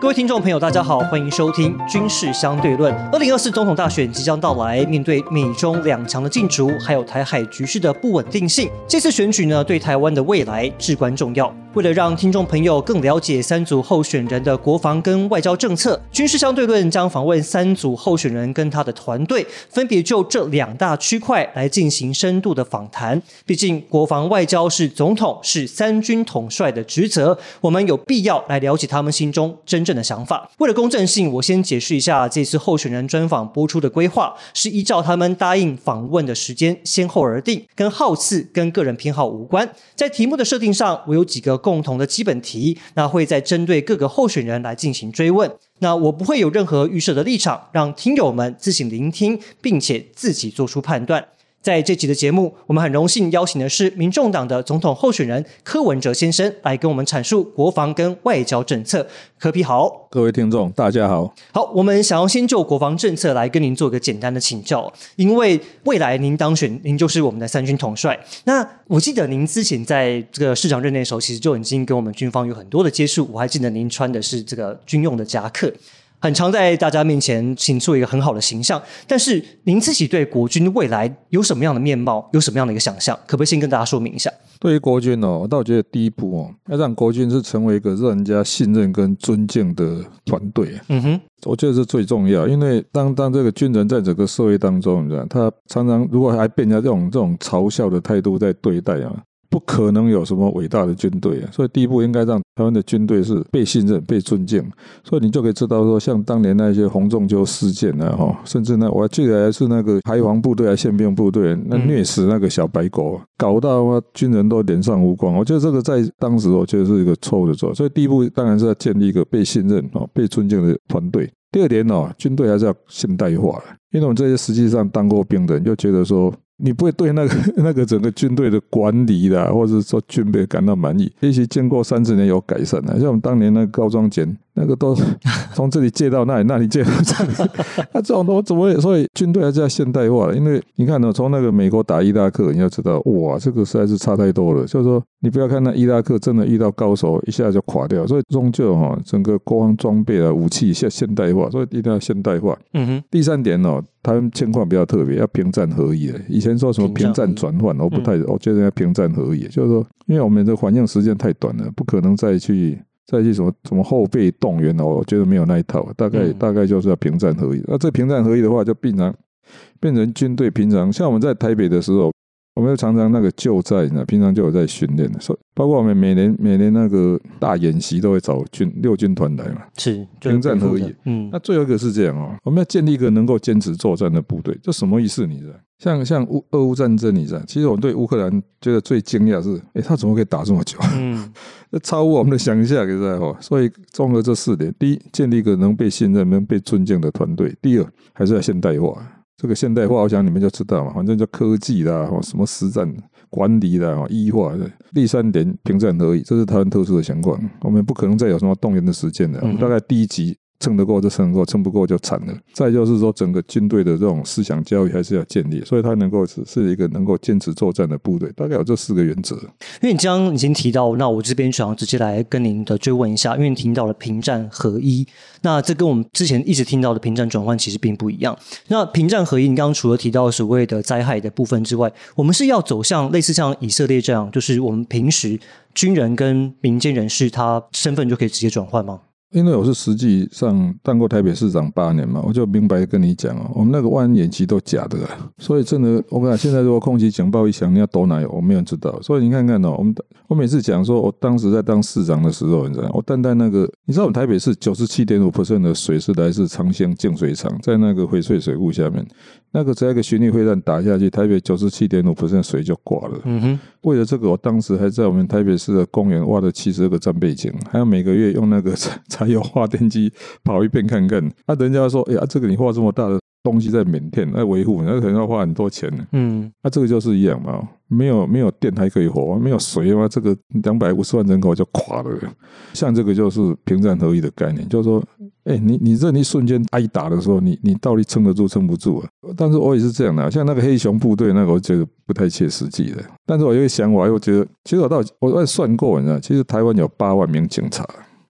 各位听众朋友大家好，欢迎收听军事相对论。2024总统大选即将到来，面对美中两强的竞逐，还有台海局势的不稳定性，这次选举呢对台湾的未来至关重要。为了让听众朋友更了解三组候选人的国防跟外交政策，军事相对论将访问三组候选人跟他的团队，分别就这两大区块来进行深度的访谈。毕竟国防外交是总统是三军统帅的职责，我们有必要来了解他们心中真正的想法。为了公正性，我先解释一下这次候选人专访播出的规划是依照他们答应访问的时间先后而定，跟号次跟个人偏好无关。在题目的设定上，我有几个共同的基本题，那会再针对各个候选人来进行追问。那我不会有任何预设的立场，让听友们自行聆听，并且自己做出判断。在这集的节目，我们很荣幸邀请的是民众党的总统候选人柯文哲先生来跟我们阐述国防跟外交政策。柯 P 好。 各位听众大家好。 好，我们想要先就国防政策来跟您做一个简单的请教，因为未来您当选，您就是我们的三军统帅。那我记得您之前在这个市长任内的时候，其实就已经跟我们军方有很多的接触，我还记得您穿的是这个军用的夹克，很常在大家面前请出一个很好的形象。但是您自己对国军未来有什么样的面貌，有什么样的一个想象，可不可以先跟大家说明一下？ 对于国军我倒觉得第一步要让国军是成为一个让人家信任跟尊敬的团队。我觉得是最重要，因为当这个军人在整个社会当中，你知道，他常常如果还被人家这种嘲笑的态度在对待不可能有什么伟大的军队所以第一步应该让台湾的军队是被信任、被尊敬。所以你就可以知道说，像当年那些洪仲丘事件甚至我还记得还是那个海防部队、宪兵部队那虐死那个小白狗，搞到军人都脸上无光。我觉得这个在当时我觉得是一个错误的做法。所以第一步当然是要建立一个被信任、被尊敬的团队。第二点军队还是要现代化，因为我们这些实际上当过兵的人就觉得说，你不会对那个整个军队的管理啦，或者说军备感到满意。也许经过30年有改善像我们当年那个高装检，那个都从这里借到那里，那里借到这里这种都怎么会？所以军队还是要现代化因为你看从那个美国打伊拉克，你要知道哇，这个实在是差太多了。就是说你不要看那伊拉克真的遇到高手一下就垮掉，所以终究整个国防装备武器现代化，所以一定要现代化。第三点台湾情况比较特别，要平战合一以前说什么平战转换，我我觉得要平战合一，就是说因为我们的反应时间太短了，不可能再去什么后备动员我觉得没有那一套，大概就是要平战合一。那这平战合一的话，就变成军队平常像我们在台北的时候，我们常常那个救灾平常就有在训练，包括我们每年那个大演习都会找六军团来嘛，是平战合一。那最后一个是这样我们要建立一个能够坚持作战的部队。这什么意思？你知道？像俄乌战争，你知道？其实我对乌克兰觉得最惊讶是，他怎么可以打这么久？超乎我们的想象，你知道？所以综合这4点：第一，建立一个能被信任、能被尊敬的团队；第二，还是要现代化。这个现代化我想你们就知道嘛，反正就科技啦，什么实战管理啦，医化。第三点，平战合一，这是台湾特殊的情况，我们不可能再有什么动员的时间了。我们大概第一集撑得过就撑得过，撑不过就惨了。再就是说整个军队的这种思想教育还是要建立，所以它能够是一个能够坚持作战的部队，大概有这4个原则。 因为你刚刚已经提到，那我这边想要直接来跟您的追问一下，因为你提到了平战合一，那这跟我们之前一直听到的平战转换其实并不一样。那平战合一，你刚刚除了提到所谓的灾害的部分之外，我们是要走向类似像以色列这样，就是我们平时军人跟民间人士他身份就可以直接转换吗？ 因为我是实际上当过台北市长8年嘛，我就明白跟你讲我们那个万人演习都假的所以真的我跟你讲，现在如果空袭警报一响，你要躲哪有？我没有人知道。所以你看看我每次讲说，我当时在当市长的时候，你知道，我单那个，你知道我们台北市 97.5% 的水是来自长兴净水厂，在那个翡翠水库下面，那个只要一个巡弋飞弹打下去，台北 97.5% 水就挂了。为了这个，我当时还在我们台北市的公园挖了72个战备井，还要每个月用那个柴油发电机跑一遍看看。人家说，这个你画这么大的东西在缅甸来维护，那可能要花很多钱这个就是一样嘛，没有电还可以活，没有水嘛，这个250万人口就垮了。像这个就是平战合一的概念，就是说你这一瞬间挨打的时候，你到底撑得住撑不住但是我也是这样的像那个黑熊部队那个，我觉得不太切实际的。但是我有一个想法，我觉得其实我算过，你知道，其实台湾有8万名警察，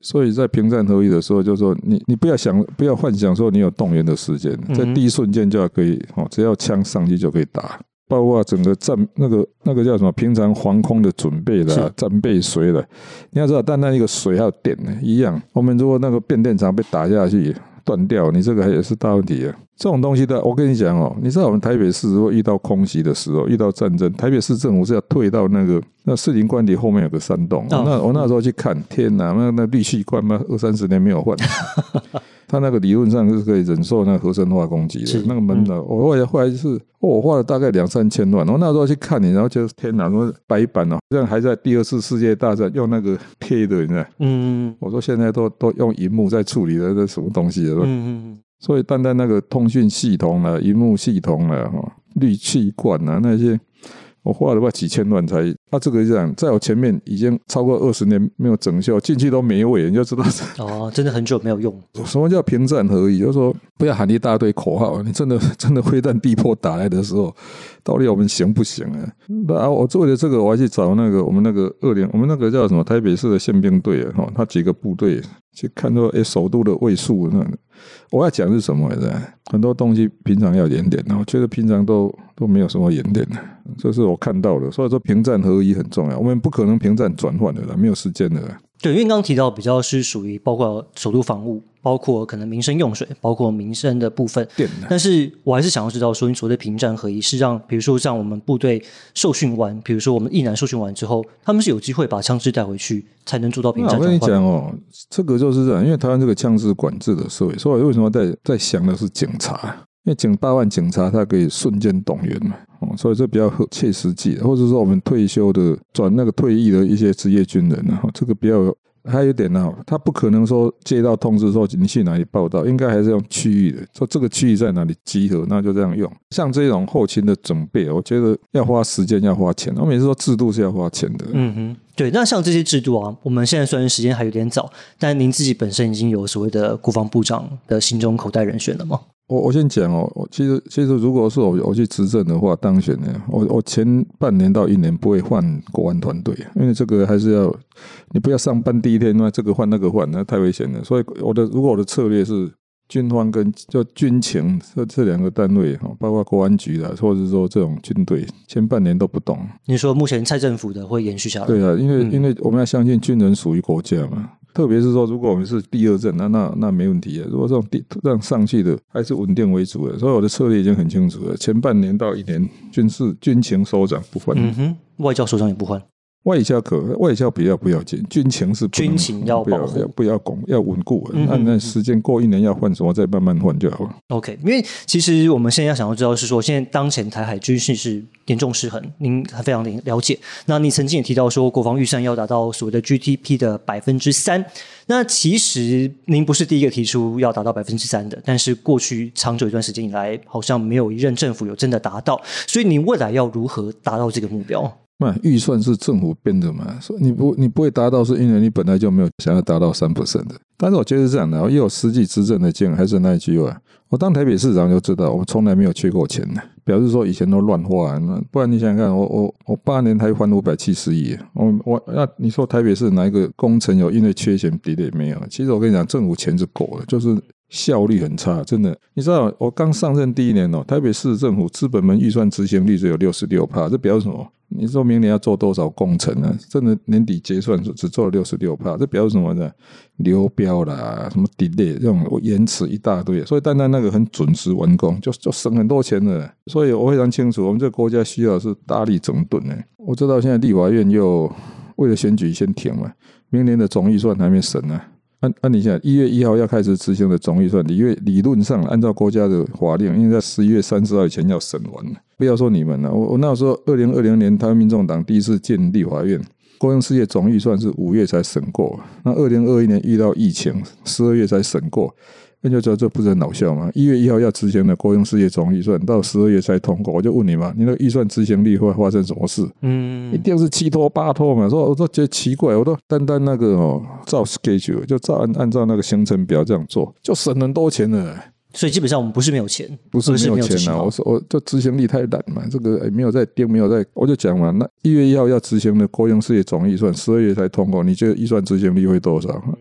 所以在平战合一的时候，就说你不要幻想说你有动员的时间，在第一瞬间就要可以只要枪上去就可以打。包括整个战那个叫什么平常防空的准备啦，战备水了，你要知道，单单一个水还有电呢，一样。我们如果那个变电厂被打下去断掉，你这个也是大问题啊。这种东西的，我跟你讲你知道我们台北市如果遇到空袭的时候，遇到战争，台北市政府是要退到那士林官邸后面有个山洞。我那时候去看，天哪，那氯气罐嘛，20-30年没有换。他那个理论上是可以忍受那个核生化攻击的，那个门的，我后来就是我花了大概2-3千万，我那时候去看你，然后就天哪，说白板这样还在第2次世界大战用那个 K 的，你知道？我说现在都用萤幕在处理的，这什么东西了？所以单单那个通讯系统啦、萤幕系统啦、氯气罐啊那些。我花了几千万才这个这样，在我前面已经超过20年没有整修，进去都没位，你就知道真的很久没有用。什么叫平战合一？就是说不要喊一大堆口号，你真的飞弹地波打来的时候，到底我们行不行啊？我为了这个，我还去找我们那个叫什么台北市的宪兵队他几个部队去看说首都的卫戍我要讲是什么来着？很多东西平常要演练，我觉得平常都没有什么演练，这是我看到的。所以说平战合一很重要，我们不可能平战转换的啦，没有时间的啦。 对，因为刚刚提到比较是属于包括首都防务，包括可能民生用水，包括民生的部分。但是我还是想要知道说，你所谓的平战合一是让，比如说像我们部队受训完，比如说我们役男受训完之后，他们是有机会把枪支带回去，才能做到平战转换。 我跟你讲这个就是这样，因为台湾这个枪支管制的社会，所以为什么在想的是警察？因为8万警察他可以瞬间动员嘛，所以这比较切实际的，或者说我们退休的退役的一些职业军人这个比较还有一点他不可能说接到通知说你去哪里报道，应该还是用区域的，说这个区域在哪里集合，那就这样用。像这种后勤的准备，我觉得要花时间要花钱，我每次说制度是要花钱的。 对，那像这些制度我们现在虽然时间还有点早，但您自己本身已经有所谓的国防部长的心中口袋人选了吗？ 我先讲其实如果是我去执政的话，当选呢，我前半年到1年不会换国安团队，因为这个还是要你不要上班第一天那这个换那个换，那太危险了。所以如果我的策略是军方跟就军情这2个单位，包括国安局啦，或者是说这种军队，前半年都不动。你说目前蔡政府的会延续下来？ 对啊，因为我们要相信军人属于国家嘛。特别是说，如果我们是第2任，那没问题。如果这种让上去的还是稳定为主的，所以我的策略已经很清楚了。前半年到1年，军情首长不换， 外交首长也不换。 外交不要紧，军情是军情要保护， 不要要稳固。那时间过1年要换什么，再慢慢换就好了。 OK， 因为其实我们现在想要知道是说，现在当前台海军事是严重失衡，您非常了解。那你曾经也提到说，国防预算要达到所谓的 GDP 的3%。那其实您不是第一个提出要达到3%的，但是过去长久一段时间以来，好像没有一任政府有真的达到。所以你未来要如何达到这个目标？ 预算是政府编的嘛，所以你不会达到，是因为你本来就没有想要达到3%的。但是我觉得是这样的，也有实际执政的经验，还是那一句话，我当台北市长就知道，我从来没有缺过钱的，表示说以前都乱花。不然你想想看，我8年才还570亿，那你说台北市哪一个工程有因为缺钱delay没有？其实我跟你讲，政府钱是够了，就是效率很差，真的。你知道我刚上任第1年台北市政府资本门预算执行率只有 66%， 这表示什么？你说明年要做多少工程呢？真的年底结算只做了 66%， 这表示什么呢？流标啦，什么 delay 这种延迟一大堆，所以单单那个很准时完工就省很多钱了。所以我非常清楚，我们这个国家需要的是大力整顿。我知道现在立法院又为了选举先停了，明年的总预算还没审呢。按你想1月1号要开始执行的总预算，理论上按照国家的法令，应该在11月30号以前要审完。不要说你们了，我那时候2020年台湾民众党第一次进立法院，公用事业总预算是5月才审过，那2021年遇到疫情12月才审过，那就知道这不是很搞笑吗？1月1号要执行的国用事业总预算到12月才通过，我就问你嘛，你那个预算执行力会发生什么事？一定是7拖8拖嘛。我都觉得奇怪，我都单那个照 schedule 就按照那个行程表这样做，就省很多钱了。 所以基本上我们不是没有钱， 不是没有钱啊！我这执行力太懒嘛，这个没有在盯，没有在，我就讲嘛，那1月1号要执行的国用事业总预算，12月才通过，你觉得预算执行力会多少？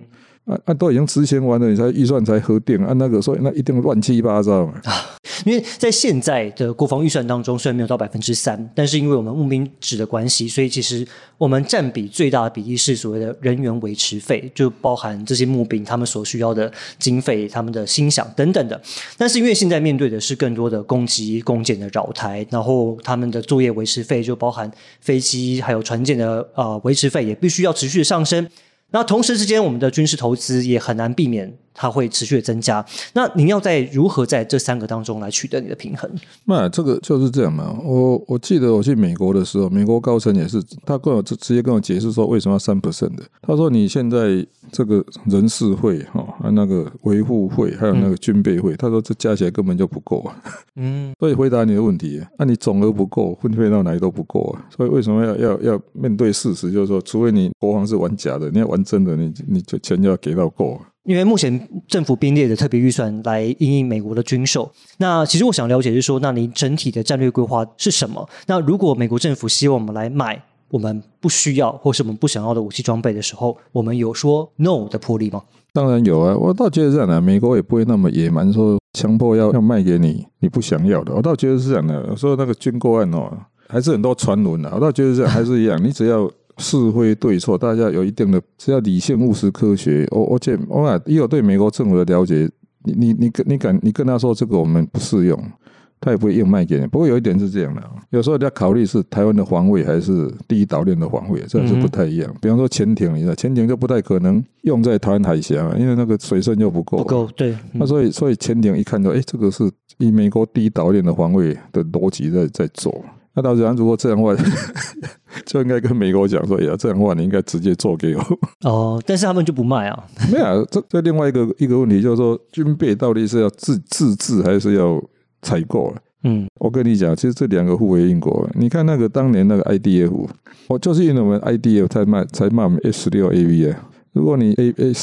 都已经执行完了，你才预算才核定那个，所以那一定乱七八糟嘛。 因为在现在的国防预算当中，虽然没有到 3%， 但是因为我们募兵制的关系，所以其实我们占比最大的比例是所谓的人员维持费，就包含这些募兵他们所需要的经费、他们的薪饷等等的。但是因为现在面对的是更多的攻击、攻检的扰台，然后他们的作业维持费就包含飞机还有船舰的维持费也必须要持续的上升。那同时之间我们的军事投资也很难避免它会持续的增加，那您要如何在这3个当中来取得你的平衡？ 那这个就是这样嘛。我记得我去美国的时候，美国高层也是，他跟我直接跟我解释说为什么要 3% 的。他说你现在这个人事会那个维护会还有那个军备会，他说这加起来根本就不够啊。所以回答你的问题，你总额不够，分配到哪里都不够啊。所以为什么要面对事实，就是说除非你国防是玩假的，你要玩真的，你就钱就要给到够啊。 因为目前政府编列的特别预算来因应美国的军售，那其实我想了解是说，那您整体的战略规划是什么？那如果美国政府希望我们来买我们不需要或是我们不想要的武器装备的时候，我们有说 no 的魄力吗？ 当然有啊，我倒觉得这样的，美国也不会那么野蛮，说强迫要卖给你不想要的。我倒觉得是这样的，有时候那个军购案还是很多传闻啊。我倒觉得这样还是一样，你只要是非对错，大家有一定的，只要理性务实科学。我也有对美国政府的了解，你跟他说这个我们不适用，他也不会硬卖给你。不过有一点是这样的，有时候要考虑是台湾的防卫还是第一岛链的防卫，这是不太一样。比方说潜艇，你知道潜艇就不太可能用在台湾海峡，因为那个水深就不够， 对。 那所以潜艇一看到，这个是以美国第一岛链的防卫的逻辑在做。那当然，如果这样的话，就应该跟美国讲说，这样的话你应该直接做给我。 但是他们就不卖啊。 没有，这另外一个问题就是说，军备到底是要自制还是要采购？我跟你讲，其实这2个互为因果。你看那个当年那个 IDF， 就是因为我们 IDF 才卖我们 F-16AV 啊。如果你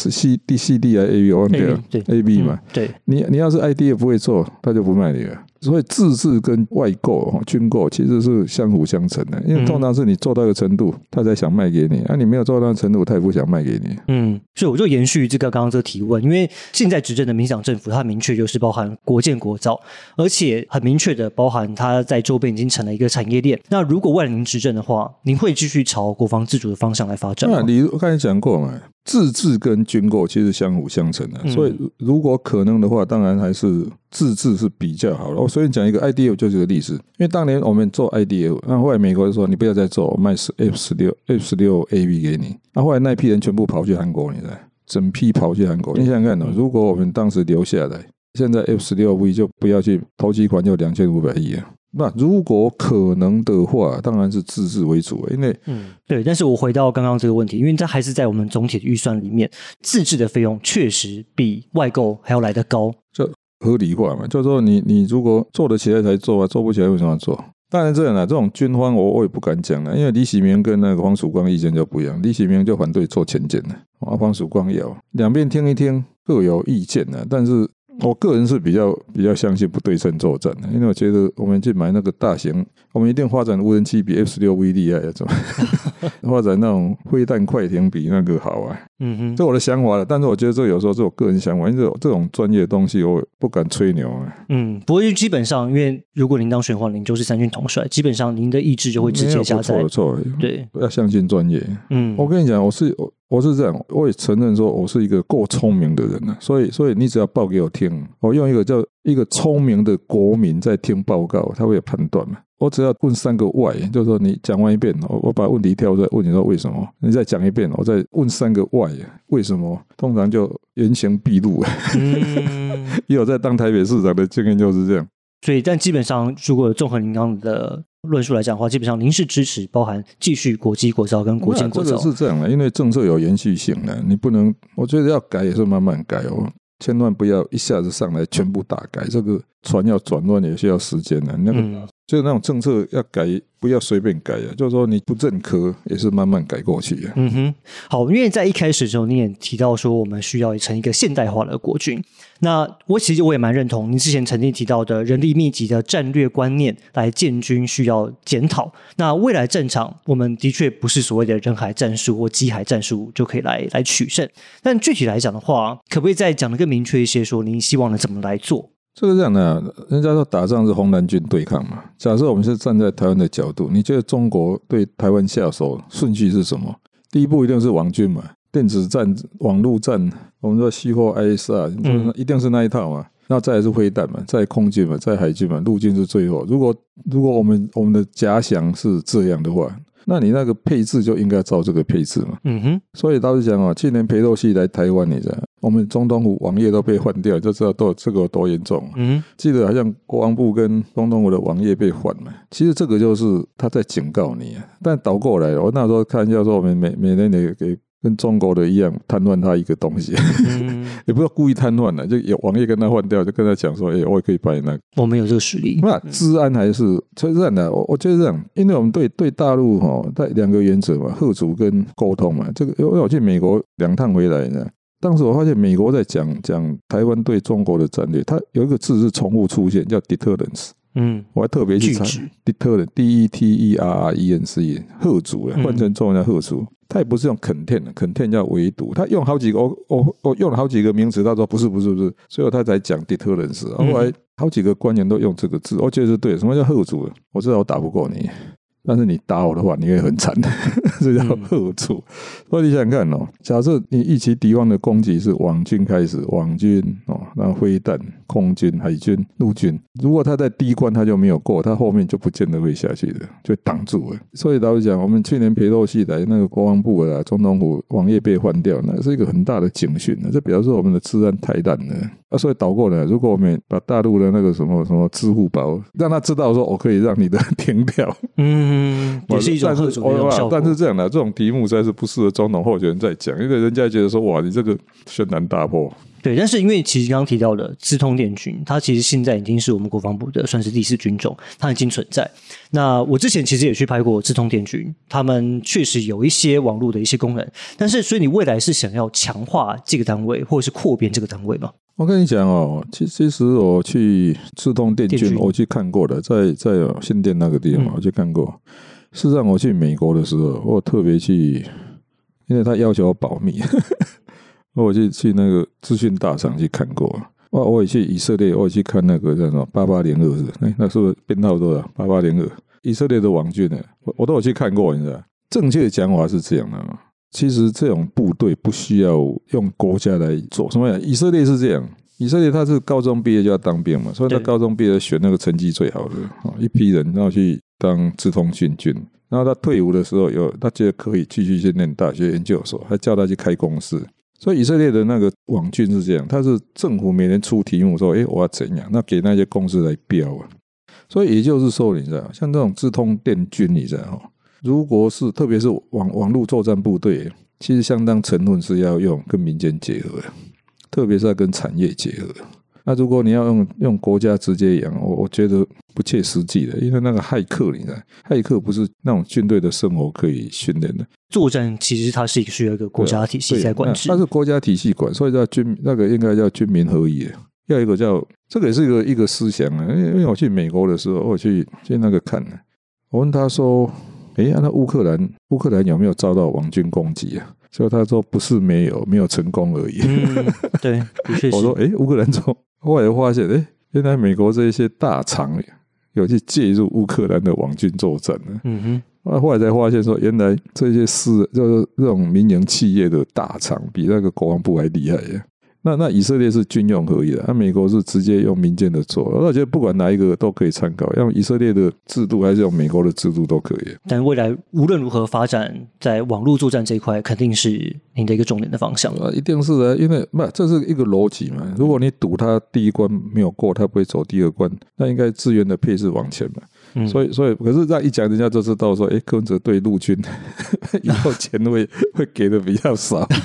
CD 还 AV 我忘掉了 AV 嘛， 对， 你要是 IDF 不会做，他就不卖你了。所以自制跟外购军购其实是相辅相成的，因为通常是你做到一个程度，他才想卖给你，你没有做到那个程度，他也不想卖给你。 所以我就延续刚刚这个提问，因为现在执政的民进党政府，它明确就是包含国建国造，而且很明确的包含它在周边已经成了一个产业链。那如果未来您执政的话，您会继续朝国防自主的方向来发展吗？ 我刚才讲过嘛，自制跟军购其实相辅相成的，所以如果可能的话，当然还是自制是比较好的。我随便讲一个 IDF 就是个例子，因为当年我们做 IDF， 那后来美国就说你不要再做，我卖 F-16AV 给你。那后来那批人全部跑去韩国，你知道，整批跑去韩国。你想想看如果我们当时留下来，现在 F-16V 就不要去，头期款就2500亿啊。那如果可能的话，当然是自制为主，因为对。但是我回到刚刚这个问题，因为这还是在我们总体的预算里面，自制的费用确实比外购还要来得高， 就合理化嘛。就是说你如果做得起来才做做不起来为什么要做？当然这样啦，这种军方我也不敢讲啦，因为李喜明跟那个黄曙光意见就不一样，李喜明就反对做前舰的，黄曙光要，两边听一听各有意见啦，但是我个人是比较相信不对称作战的，因为我觉得我们去买那个大型，我们一定发展无人机比 F-16V 厉害的，发展那种飞弹快艇比那个好啊。这我的想法了，但是我觉得这有时候是我个人想法，因为这种专业的东西我不敢吹牛啊。 不过基本上，因为如果您当选的话，您就是3军统帅，基本上您的意志就会直接加在。 错， 对， 要相信专业。我跟你讲，我是这样，我也承认说我是一个够聪明的人了，所以你只要报给我听，我用一个聪明的国民在听报告，他会有判断嘛。我只要问3个 why， 就是说你讲完一遍，我把问题跳出来问你说为什么，你再讲一遍，我再问3个 why， 为什么，通常就原形毕露。也有在当台北市长的经验就是这样。 所以，但基本上，如果综合您刚刚的论述来讲的话，基本上您是支持包含继续国际国造跟国建国造。 这个是这样的，因为政策有延续性的，你不能，我觉得要改也是慢慢改哦。 千万不要一下子上来全部打改，这个船要转弯也需要时间的。那个就是那种政策要改，不要随便改就是说你不认可也是慢慢改过去好，因为在一开始的时候你也提到说我们需要成一个现代化的国军，那其实我也蛮认同您之前曾经提到的人力密集的战略观念来建军需要检讨。那未来战场我们的确不是所谓的人海战术或机海战术就可以来取胜，但具体来讲的话，可不可以再讲得更明确一些，说您希望能怎么来做？ 这个这样的人家说打仗是红蓝军对抗嘛。假设我们是站在台湾的角度，你觉得中国对台湾下手顺序是什么？第一步一定是网军嘛，电子战、网络战，我们说西货 ISR 一定是那一套嘛。那再来是飞弹嘛，再来空军嘛，再来海军嘛，陆军是最后。如果我们的假想是这样的话，那你那个配置就应该照这个配置嘛。所以倒是讲去年裴洛西来台湾，你知道我们总统府网页都被换掉，就知道这个有多严重。记得好像国防部跟总统府的网页被换嘛。其实这个就是他在警告你但倒过来我那时候看一下说，我们每年也给跟中国的一样瘫痪他一个东西也不是故意瘫痪就有网页跟他换掉，就跟他讲说我也可以帮你那个，我们有这个实力。 那治安还是这样的，我觉得这样，因为我们对大陆在两个原则嘛，嚇阻跟沟通嘛。这个因为我去美国2趟回来呢，当时我发现美国在讲台湾对中国的战略，它有一个字是重复出现，叫 deterrence。我还特别去查 deterrence DETERRENC 嚇阻换成中文叫嚇阻。他也不是用contain叫围堵，他用好几个我用了好几个名词，他说不是，最后他才讲 deterrence。后来好几个官员都用这个字，我觉得是对。什么叫嚇阻？我知道我打不过你，但是你打我的话，你会很惨，这叫嚇阻。所以你想想看假设你预期敌方的攻击是网军开始，网军然后飞弹、空军、海军、陆军，如果他在第一关他就没有过，他后面就不见得会下去的，就挡住了。所以老实讲，我们去年裴洛西来那个国防部总统府网页被换掉，那是一个很大的警讯，这表示我们的治安太烂了所以倒过来，如果我们把大陆的那个什么支付宝让他知道说我可以让你的停掉也是一种嚇阻的效果。 但是这样的这种题目实在是不适合总统候选人在讲，因为人家觉得说哇，你这个轩然大波。 对，但是因为其实刚刚提到的资通电军，它其实现在已经是我们国防部的算是第4军种，它已经存在。那我之前其实也去拍过资通电军，他们确实有一些网络的一些功能，但是所以你未来是想要强化这个单位，或者是扩编这个单位吗？ 我跟你讲其实我去资通电军我去看过的，在新店那个地方我去看过。事实上我去美国的时候，我特别去，因为他要求我保密我去那个资讯大厂去看过我也去以色列，我也去看那个叫什么8802是那是不是编号多少8802以色列的网军我都有去看过，你知道正确的讲法是这样的其实这种部队不需要用国家来做什么呀？以色列是这样，以色列他是高中毕业就要当兵嘛，所以他高中毕业选那个成绩最好的一批人，然后去当资通讯军，然后他退伍的时候他觉得可以继续去念大学研究所，还叫他去开公司。所以以色列的那个网军是这样，他是政府每年出题目说我要怎样，那给那些公司来标所以也就是说你知道像这种资通电军你知道如果是特别是网络作战部队，其实相当成分是要用跟民间结合的，特别是要跟产业结合。那如果你要用国家直接养，我觉得不切实际的，因为那个骇客你知道骇客不是那种军队的生活可以训练的。 作战其实它是需要一个国家体系在管制， 它是国家体系管，所以叫那个应该叫军民合一，要一个叫这个也是一个思想因为我去美国的时候，我去那个看我问他说那乌克兰有没有遭到网军攻击所以他说不是没有成功而已对，的确是。 我说乌克兰后来发现原来美国这些大厂有去介入乌克兰的网军作战后来才发现说原来这些就是这种民营企业的大厂比那个国防部还厉害那以色列是军用合一的，美国是直接用民间的做，我觉得不管哪一个都可以参考，用以色列的制度还是用美国的制度都可以。 但未来无论如何发展在网络作战这一块，肯定是您的一个重点的方向一定是因为这是一个逻辑嘛，如果你赌他第一关没有过，他不会走第二关，那应该资源的配置往前嘛所以可是这样一讲，人家就知道说柯文哲对陆军以后钱会给的比较少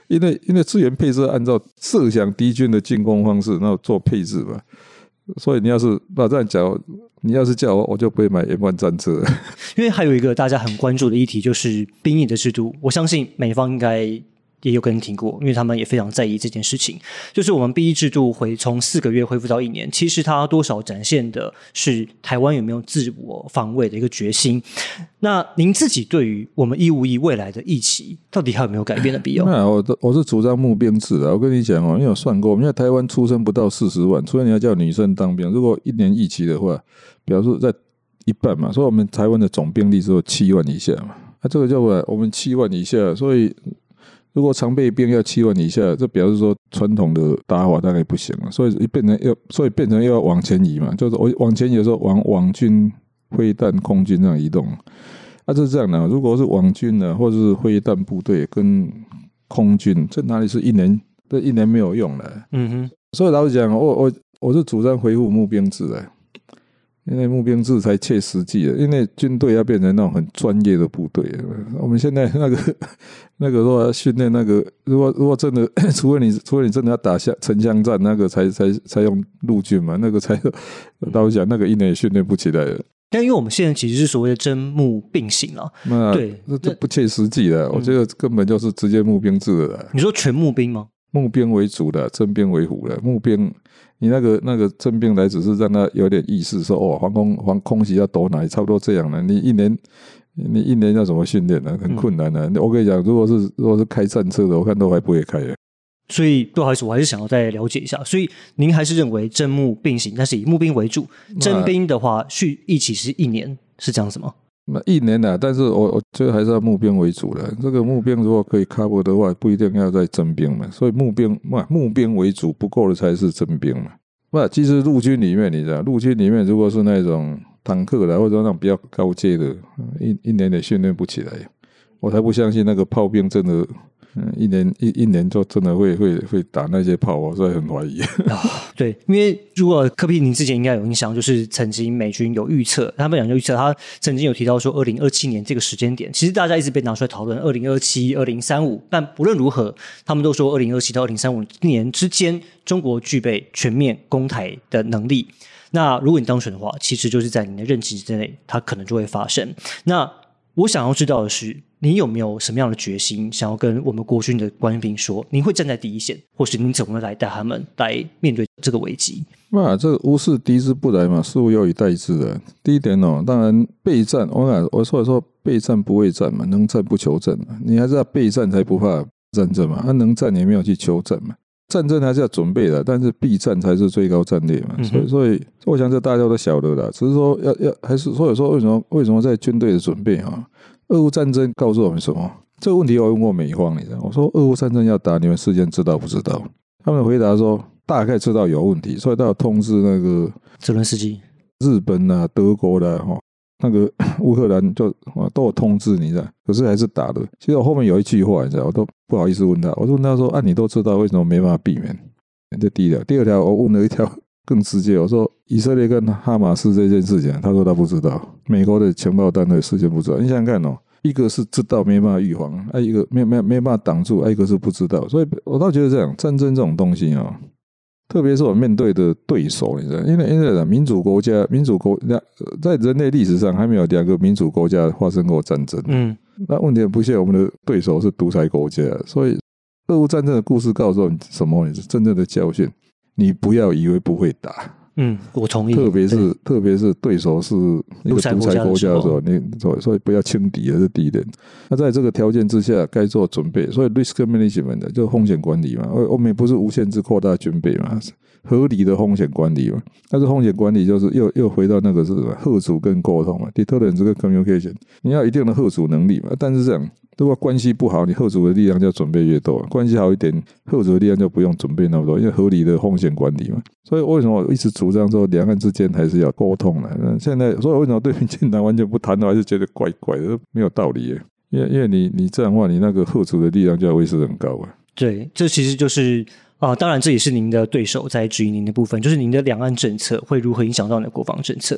因为资源配置按照设想敌军的进攻方式，然后做配置嘛。所以你要是这样讲，你要是叫我就不会买 M1 战车。 因为还有一个大家很关注的议题就是兵役的制度，我相信美方应该也有跟你听过，因为他们也非常在意这件事情。就是我们兵役制度会从4个月恢复到1年，其实它多少展现的是台湾有没有自我防卫的一个决心。那您自己对于我们义务役未来的役期，到底还有没有改变的必要？ 我是主张募兵制的。我跟你讲因为我算过，我们在台湾出生不到40万，除非你要叫女生当兵，如果1年役期的话，表示在一半嘛，所以我们台湾的总兵力只有7万以下嘛。这个叫我们7万以下，所以如果常备兵要7万以下，这表示说传统的打法大概不行了，所以变成要往前移嘛，就是往前移的时候往网军、飞弹、空军这样移动。就是这样的，如果是网军呢，或者是飞弹部队跟空军，这哪里是1年？这1年没有用了。所以老实讲，我是主张恢复募兵制的。因为募兵制才切实际的，因为军队要变成那种很专业的部队。我们现在那个说训练那个，如果真的，除非你真的要打城乡战，那个才用陆军嘛，那个才老实讲，那个1年也训练不起来了。 但因为我们现在其实是所谓的征募并行了，对， 这不切实际的。我觉得根本就是直接募兵制的。 你说全募兵吗？ 募兵为主的，征兵为辅的。募兵，你那个征兵来只是让他有点意识，说防空袭要躲哪里，差不多这样了。你一年要怎么训练呢？很困难的。我跟你讲，如果是开战车的，我看都还不会开。 所以不好意思，我还是想要再了解一下。所以您还是认为征募并行，但是以募兵为主，征兵的话役期是1年，是这样子吗 ？1年啊，但是我觉得还是要募兵为主的。这个募兵如果可以 cover 的话，不一定要再征兵嘛。所以募兵为主，不够的才是征兵嘛。其实陆军里面，你知道，陆军里面如果是那种坦克的，或者那种比较高阶的，一年也训练不起来。我才不相信那个炮兵真的。一年就真的会打那些炮，我所以很怀疑。 对，因为如果柯 P 您之前应该有印象，就是曾经美军有预测，他们预测，他曾经有提到说2027年这个时间点，其实大家一直被拿出来讨论2027、2035，但不论如何，他们都说2027到2035年之间，中国具备全面攻台的能力。那如果你当选的话，其实就是在你的任期之内，它可能就会发生。那我想要知道的是，你有没有什么样的决心想要跟我们国军的官兵说，您会站在第一线，或是您怎么来带他们来面对这个危机？ 这个无事敌之不来嘛，事物有以待之的。第一点当然备战，我说备战不畏战嘛，能战不求战嘛，你还是要备战才不怕战争嘛，能战也没有去求战嘛。战争还是要准备的，但是避战才是最高战略嘛。所以我想这大家都晓得啦，只是说还是所以说为什么在军队的准备俄乌战争告诉我们什么？这个问题我问过美方，你知道，我说俄乌战争要打，你们事先知道不知道？他们回答说大概知道有问题，所以他有通知那个泽伦斯基、 日本啊、德国啦、那个乌克兰就都有通知，你知道，可是还是打的。其实我后面有一句话，你知道，我都不好意思问他，我问他说你都知道，为什么没办法避免？这第一条。第二条，我问了一条更直接，我说以色列跟哈马斯这件事情，他说他不知道，美国的情报单位事先不知道。你想想看一个是知道没办法预防，一个没办法挡住，一个是不知道。所以我倒觉得这样，战争这种东西特别是我面对的对手，你知道，因为民主国家在人类历史上还没有2个民主国家发生过战争。那问题不是我们的对手是独裁国家，所以俄乌战争的故事告诉你什么？你是真正的教训，你不要以为不会打。 我同意。 特别是对手是一个独裁国家的时候，所以不要轻敌，这是第一点。那在这个条件之下，该做准备，所以 risk management 就是风险管理嘛。我们也不是无限制扩大军备嘛，合理的风险管理嘛。但是风险管理就是又回到那个是什么？吓阻跟沟通嘛 ，deterrence 跟 communication， 你要一定的吓阻能力嘛。但是这样，如果关系不好，你吓阻的力量就要准备越多；关系好一点，吓阻的力量就不用准备那么多，因为合理的风险管理嘛。所以为什么我一直主张说两岸之间还是要沟通呢？现在所以为什么对民进党完全不谈的，还是觉得怪怪的，没有道理耶。因为你这样的话，你那个吓阻的力量就要维持很高啊。 对，这其实就是当然这也是您的对手在质疑您的部分，就是您的两岸政策会如何影响到你的国防政策。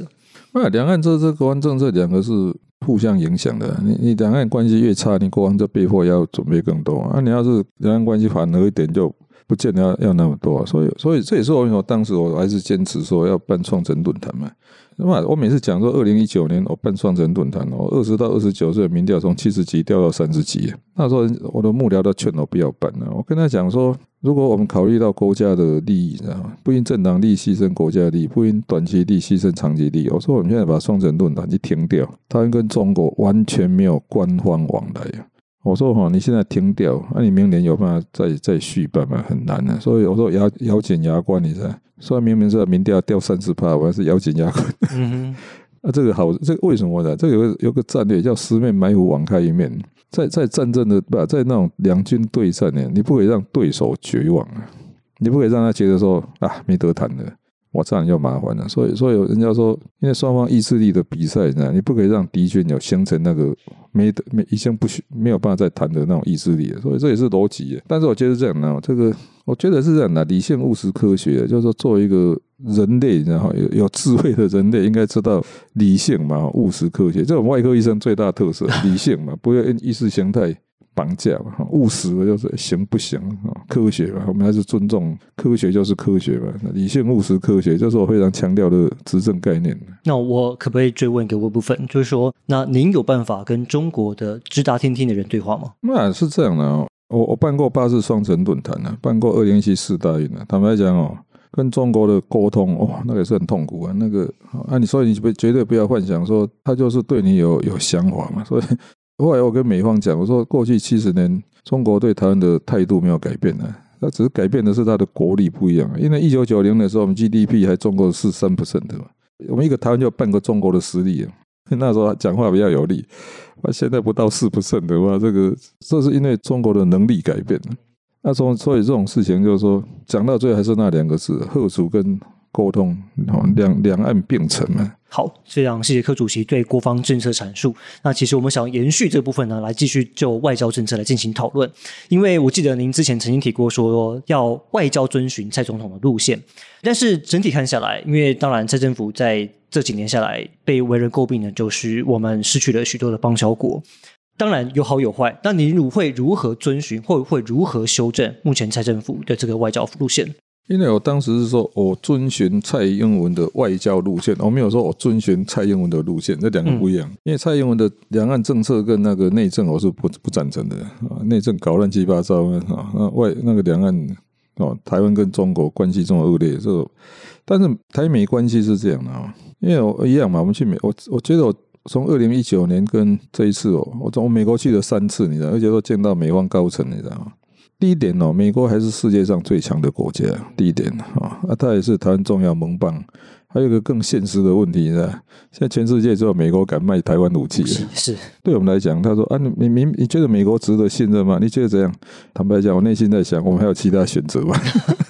两岸这国安政策两个是互相影响的，你两岸关系越差，你国防就被迫要准备更多啊。你要是两岸关系缓和一点，就不见得要那么多。所以这也是我当时我还是坚持说要办创城论坛嘛。我每次讲说2019年我办创城论坛，我20到29岁的民调从70几掉到30几，那时候我的幕僚都劝我不要办了。我跟他讲说，如果我们考虑到国家的利益，不因政党利益牺牲国家利益，不因短期利益牺牲长期利益，我说我们现在把创城论坛一停掉，台湾跟中国完全没有官方往来。我说你现在停掉，你明年有办法再续办吗？很难啊。所以我说咬紧牙关，你知道，虽然明明是民调掉30%，我还是咬紧牙关。这个好，这个为什么呢？这个有个战略叫十面埋伏，网开一面。在战争的在那种两军对战呢，你不可以让对手绝望啊，你不可以让他觉得说没得谈了。我这样就麻烦了，所以人家说，因为双方意志力的比赛，你不可以让敌军有形成那个已经没有办法再谈的那种意志力了，所以这也是逻辑。但是我觉得这样呢，我觉得是这样的，理性务实科学，就是说作为一个人类，然后有智慧的人类，应该知道理性嘛，务实科学，这种外科医生最大特色，理性嘛，不要用意识形态绑架嘛，务实的就是行不行，科学嘛，我们还是尊重科学，就是科学嘛，理性务实科学就是我非常强调的执政概念。 那我可不可以追问一个部分，就是说，那您有办法跟中国的直达天听的人对话吗？ 那是这样的我办过8次双城论坛办过2014世大运坦白讲跟中国的沟通那个也是很痛苦那个所以你绝对不要幻想说他就是对你有想法嘛。所以后来我跟美方讲，我说过去70年中国对台湾的态度没有改变它只是改变的是它的国力不一样。因为1990的时候我们 GDP 还中国是 3% 嘛，我们一个台湾就半个中国的实力那时候讲话比较有力，现在不到 4% 的话，这是因为中国的能力改变了。所以这种事情就是说，讲到最后还是那2个字：贺主跟沟通，两岸并存嘛。 好，非常谢谢柯主席对国防政策阐述。那其实我们想延续这部分呢，来继续就外交政策来进行讨论。因为我记得您之前曾经提过说要外交遵循蔡总统的路线，但是整体看下来，因为当然蔡政府在这几年下来被为人诟病的就是我们失去了许多的邦交国。当然有好有坏，那您会如何遵循，或会如何修正目前蔡政府的这个外交路线？ 因为我当时是说我遵循蔡英文的外交路线，我没有说我遵循蔡英文的路线，这两个不一样。因为蔡英文的两岸政策跟那个内政我是不赞成的内政搞乱七八糟那个两岸台湾跟中国关系这么恶劣，但是台美关系是这样的因为我一样嘛，我们去我觉得我从2019年跟这一次我从美国去了3次，你知道，而且都见到美方高层，你知道吗？第一点美国还是世界上最强的国家，第一点它也是台湾重要盟邦。还有一个更现实的问题，你知道，现在全世界只有美国敢卖台湾武器是对我们来讲，他说你觉得美国值得信任吗？你觉得怎样？坦白讲，我内心在想，我们还有其他选择吗？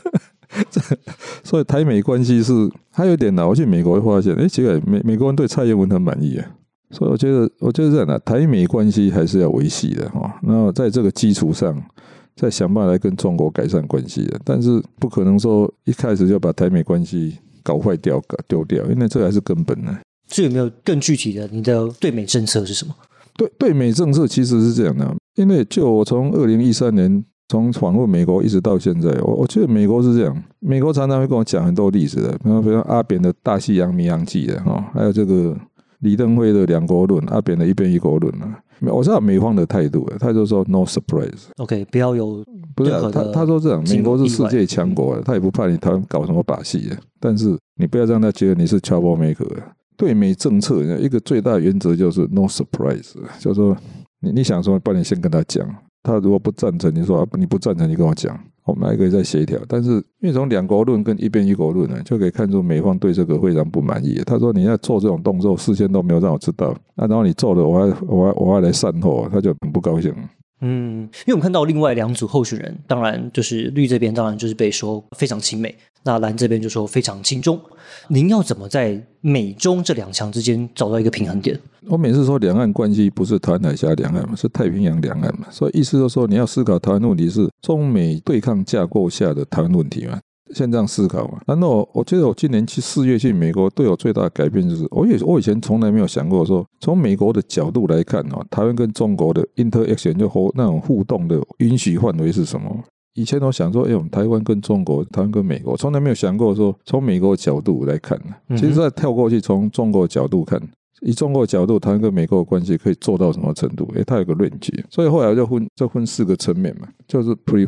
所以台美关系是还有一点我去美国会发现奇怪，美国人对蔡英文很满意所以我觉得这样台美关系还是要维系的然后在这个基础上再想办法来跟中国改善关系的，但是不可能说一开始就把台美关系搞坏掉丢掉，因为这还是根本呢。 这有没有更具体的你的对美政策是什么？ 对美政策其实是这样的，因为就我从2013年从访问美国一直到现在，我觉得美国是这样，美国常常会跟我讲很多例子的，比如阿扁的大西洋迷航记的还有这个李登辉的2国论，阿扁的一边一国论我知道美方的态度他就说 no surprise OK 不要有不是他说这样，美国是世界强国他也不怕你台湾搞什么把戏但是你不要让他觉得你是 troublemaker 对美政策一个最大的原则就是 no surprise， 就是说你想说帮你先跟他讲，他如果不赞成，你说你不赞成，你跟我讲，我们还可以再协调。但是因为从2国论跟一边一国论就可以看出美方对这个非常不满意。他说你要做这种动作，事先都没有让我知道然后你做了我还来善后他就很不高兴。 因为我们看到另外2组候选人，当然就是绿这边当然就是被说非常亲美，那蓝这边就说非常亲中。您要怎么在美中这2强之间找到一个平衡点？ 我每次说两岸关系不是台湾海峡两岸嘛，是太平洋两岸嘛，所以意思就是说你要思考台湾问题是中美对抗架构下的台湾问题嘛。 先这样思考嘛。然后我觉得我今年4月去美国，对我最大的改变就是，我以前从来没有想过说，从美国的角度来看台湾跟中国的 interaction 就那种互动的允许范围是什么。以前我想说，我们台湾跟中国，台湾跟美国，从来没有想过说从美国的角度来看。其实再跳过去，从中国的角度看，以中国的角度，台湾跟美国的关系可以做到什么程度？它有个range，所以后来就分4个层面嘛，就是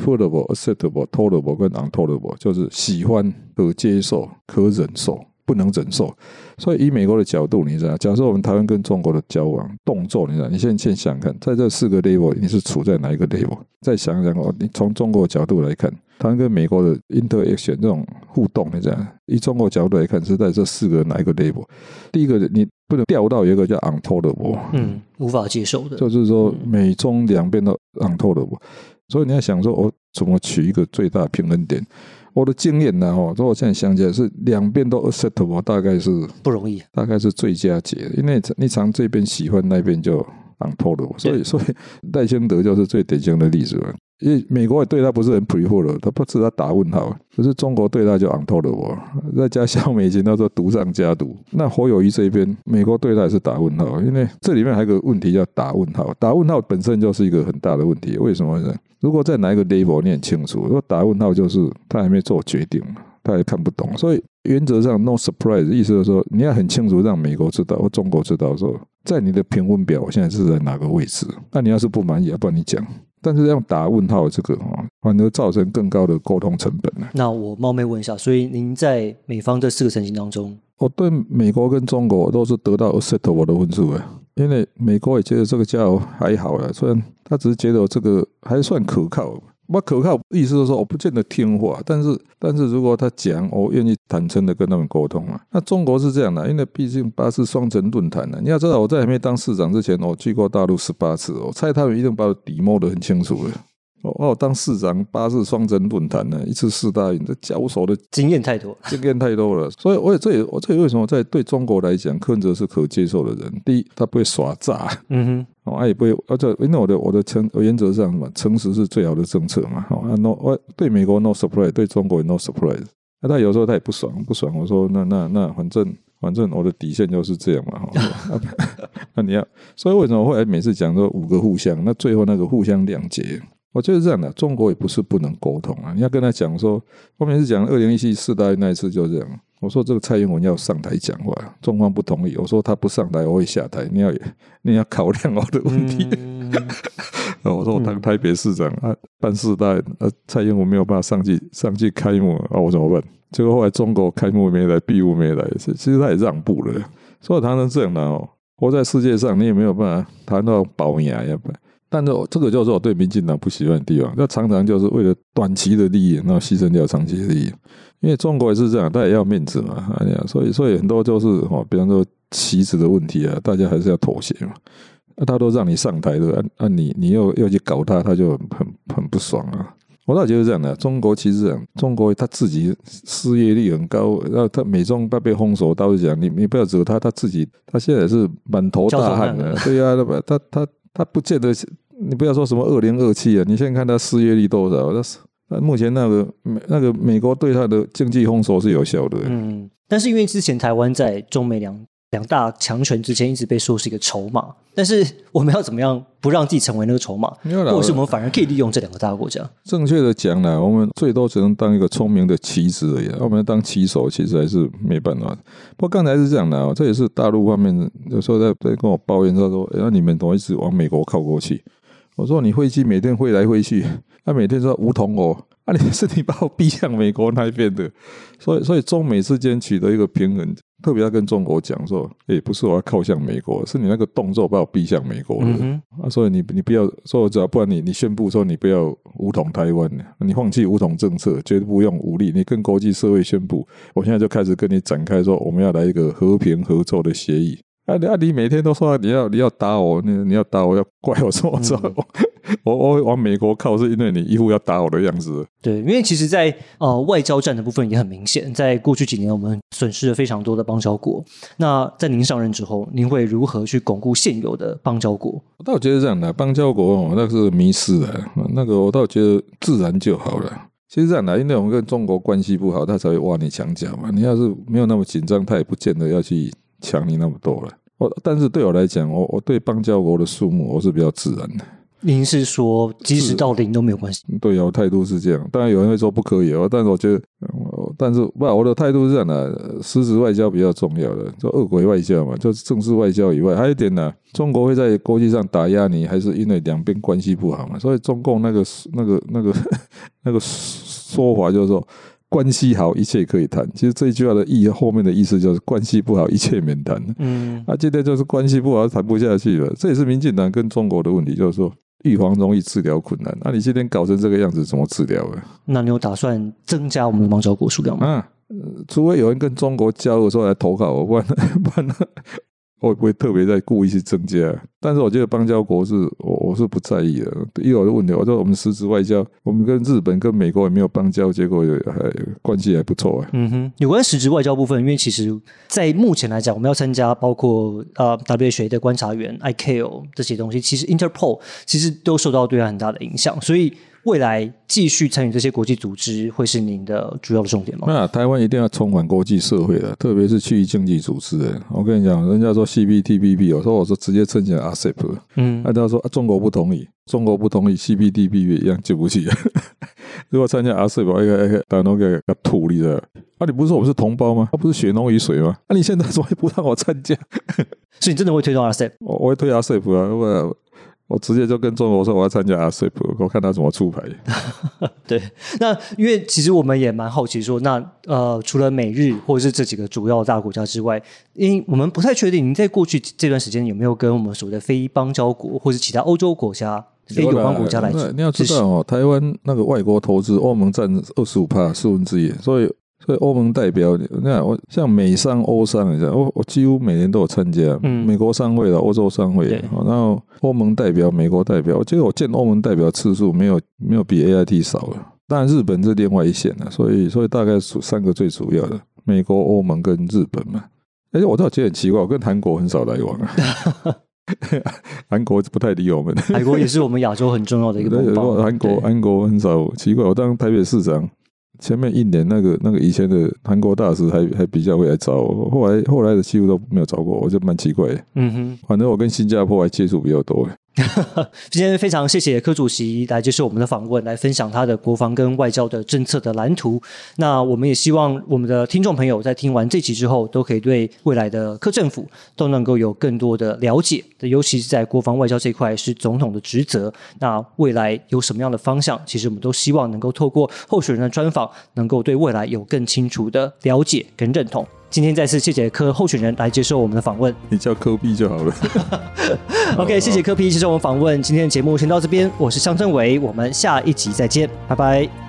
preferable、acceptable、tolerable 跟 untolerable， 就是喜欢、可接受、可忍受、不能忍受。所以以美国的角度，你知道，假设我们台湾跟中国的交往动作，你知道，你先想想看，在这4个 level 你是处在哪一个 level？ 再想想你从中国的角度来看，台湾跟美国的 interaction 这种互动，你知道，以中国角度来看是在这4个哪一个 level？ 第一个，你不能掉到有一个叫 untolerable， 无法接受的， 就是说美中两边都 untolerable， 所以你要想说，我怎么取一个最大平衡点？我的经验如果现在想起来是两边都 acceptable， 大概是不容易， 大概是最佳解的，因为你常这边喜欢，那边就 untolerable， 所以赖清德就是最典型的例子了。因为美国也对他不是很 prefer， 他不是他打问号，可是中国对他就 untolerable， 再加萧美琴他说毒上加毒。那侯友宜这边，美国对他也是打问号，因为这里面还有个问题叫打问号，打问号本身就是一个很大的问题。为什么呢？如果在哪一个 level 你很清楚，如果打问号就是他还没做决定，他也看不懂，所以原则上 no surprise， 意思就是说你要很清楚让美国知道或中国知道说，在你的评分表现在是在哪个位置。那你要是不满意，要不然你讲。但是用打问号这个反而造成更高的沟通成本。 那我冒昧问一下，所以您在美方这4个层级当中， 我对美国跟中国都是得到 acceptable 的分数，因为美国也觉得这个家伙还好啦，虽然他只是觉得我这个还算可靠。不可靠意思就是说我不见得听话，但是如果他讲，我愿意坦诚的跟他们沟通嘛。那中国是这样的，因为毕竟8次双城论坛你要知道我在还没当市长之前，我去过大陆18次，我猜他们一定把我底摸得很清楚了。我当市长8次双城论坛1次4大运，这交手的经验太多了。所以这也为什么在对中国来讲，柯文哲是可接受的人。第一，他不会耍诈，也不会，因为我的原则上嘛，诚实是最好的政策嘛。对美国 no surprise， 对中国 no surprise。他有时候他也不爽，我说那反正我的底线就是这样嘛。那你要，所以为什么后来每次讲说5个互相，那最后那个互相谅解？我觉得这样的，中国也不是不能沟通你要跟他讲说，后面是讲20174大运那一次就这样。我说这个蔡英文要上台讲话，中方不同意。我说他不上台，我会下台。你要考量我的问题。我说我当台北市长办4大运，蔡英文没有办法上去开幕我怎么办？结果后来中国开幕没来，闭幕没来，其实他也让步了。所以谈成这样的活在世界上，你也没有办法谈到保牙要不然。但是这个就是我对民进党不喜欢的地方，他常常就是为了短期的利益，然后牺牲掉长期的利益。因为中国也是这样，他也要面子嘛，所以很多就是比方说棋子的问题大家还是要妥协嘛。他都让你上台的，你又去搞他就很不爽我倒觉得这样的，中国其实这样，中国他自己失业率很高，然后他美中被封锁，倒是讲你不要指他自己，他现在是满头大汗的，对啊，他不见得，你不要说什么2027你现在看他失业率多少，目前那个美国对他的经济封锁是有效的。 但是因为之前台湾在中美两大强权之间一直被说是一个筹码，但是我们要怎么样不让自己成为那个筹码，或者是我们反而可以利用这2个大国家？正确的讲我们最多只能当一个聪明的棋子而已，我们要当棋手其实还是没办法。不过刚才是这样的这也是大陆方面有时候在跟我抱怨，他说你们怎么一直往美国靠过去？我说你飞机每天飞来飞去，每天说武统你把我逼向美国那边的，所以中美之间取得一个平衡，特别要跟中国讲说，不是我要靠向美国，是你那个动作把我逼向美国的。所以你不要说，只要不然你宣布说你不要武统台湾，你放弃武统政策，绝对不用武力，你跟国际社会宣布，我现在就开始跟你展开说，我们要来一个和平合作的协议。你每天都说你要打我，你要打我，要怪我说我往美国靠，是因为你一副要打我的样子。 对，因为其实在外交战的部分也很明显，在过去几年我们损失了非常多的邦交国。那在您上任之后，您会如何去巩固现有的邦交国？ 我倒觉得这样的邦交国那是迷失的，那个我倒觉得自然就好了。 其实这样啦，因为我们跟中国关系不好，他才会挖你墙角嘛。你要是没有那么紧张，他也不见得要去抢你那么多了。但是对我来讲，我对邦交国的数目我是比较自然的。 您是说即使到0都没有关系？ 对啊，我态度是这样。当然有人会说不可以，但是我觉得，我的态度是这样的，实质外交比较重要的，就恶鬼外交嘛，就是正式外交以外，还有一点呢，中国会在国际上打压你，还是因为两边关系不好嘛。所以中共那个说法就是说，关系好一切可以谈。其实这一句话的后面的意思就是关系不好一切免谈。今天就是关系不好谈不下去了。这也是民进党跟中国的问题，就是说预防容易治疗困难。你今天搞成这个样子怎么治疗啊？ 那你有打算增加我们的邦交国数量吗？ 除非有人跟中国交恶的时候来投靠我，不然我也不会特别再故意去增加。但是我觉得邦交国我是不在意的。以我的问题，我说我们实质外交，我们跟日本跟美国也没有邦交，结果关系还不错。 有关实质外交部分，因为其实在目前来讲，我们要参加包括WHA 的观察员 ICAO 这些东西，其实 Interpol 其实都受到对它很大的影响，所以未来继续参与这些国际组织会是您的主要的重点吗？ 那台湾一定要重返国际社会了，特别是区域经济组织。我跟你讲，人家说 CPTPP， 我说直接申请 RCEP。他说中国不同意 CPTPP 一样进不去。如果参加 RCEP， 大家都给吐你的。你不是说我们是同胞吗？不是血浓于水吗？你现在怎么会不让我参加？ 所以你真的会推动 RCEP？ 我会推 RCEP 啊！我直接就跟中国说我要参加 RCEP， 我看他怎么出牌。 对，那因为其实我们也蛮好奇说，那除了美日或者是这几个主要大国家之外，因为我们不太确定您在过去这段时间有没有跟我们所谓的非邦交国或者其他欧洲国家、非友邦国家来你要知道台湾那个外国投资，欧盟占 25%，1/4，所以欧盟代表，你看我像美商、欧商，我几乎每年都有参加。美国商会的、欧洲商会，然后欧盟代表、美国代表，我觉得我见欧盟代表次数没有比 AIT 少了。当然日本是另外一线了，所以大概3个最主要的，美国、欧盟跟日本嘛。我倒觉得很奇怪，我跟韩国很少来往啊。韩国不太理我们。 韩国也是我们亚洲很重要的一个盟邦。 韩国很少，奇怪。我当台北市长。前面1年那个以前的韩国大使还比较会来找我，后来的几乎都没有找过我，就蛮奇怪的。反正我跟新加坡还接触比较多。 今天非常谢谢柯主席来接受我们的访问，来分享他的国防跟外交的政策的蓝图。那我们也希望我们的听众朋友在听完这期之后，都可以对未来的柯政府都能够有更多的了解，尤其是在国防外交这一块是总统的职责。那未来有什么样的方向，其实我们都希望能够透过候选人的专访，能够对未来有更清楚的了解跟认同。今天再次谢谢柯候选人来接受我们的访问。 你叫柯 P 就好了。 OK， 谢谢柯 P 接受我们访问。今天的节目先到这边，我是向正伟，我们下一集再见，拜拜。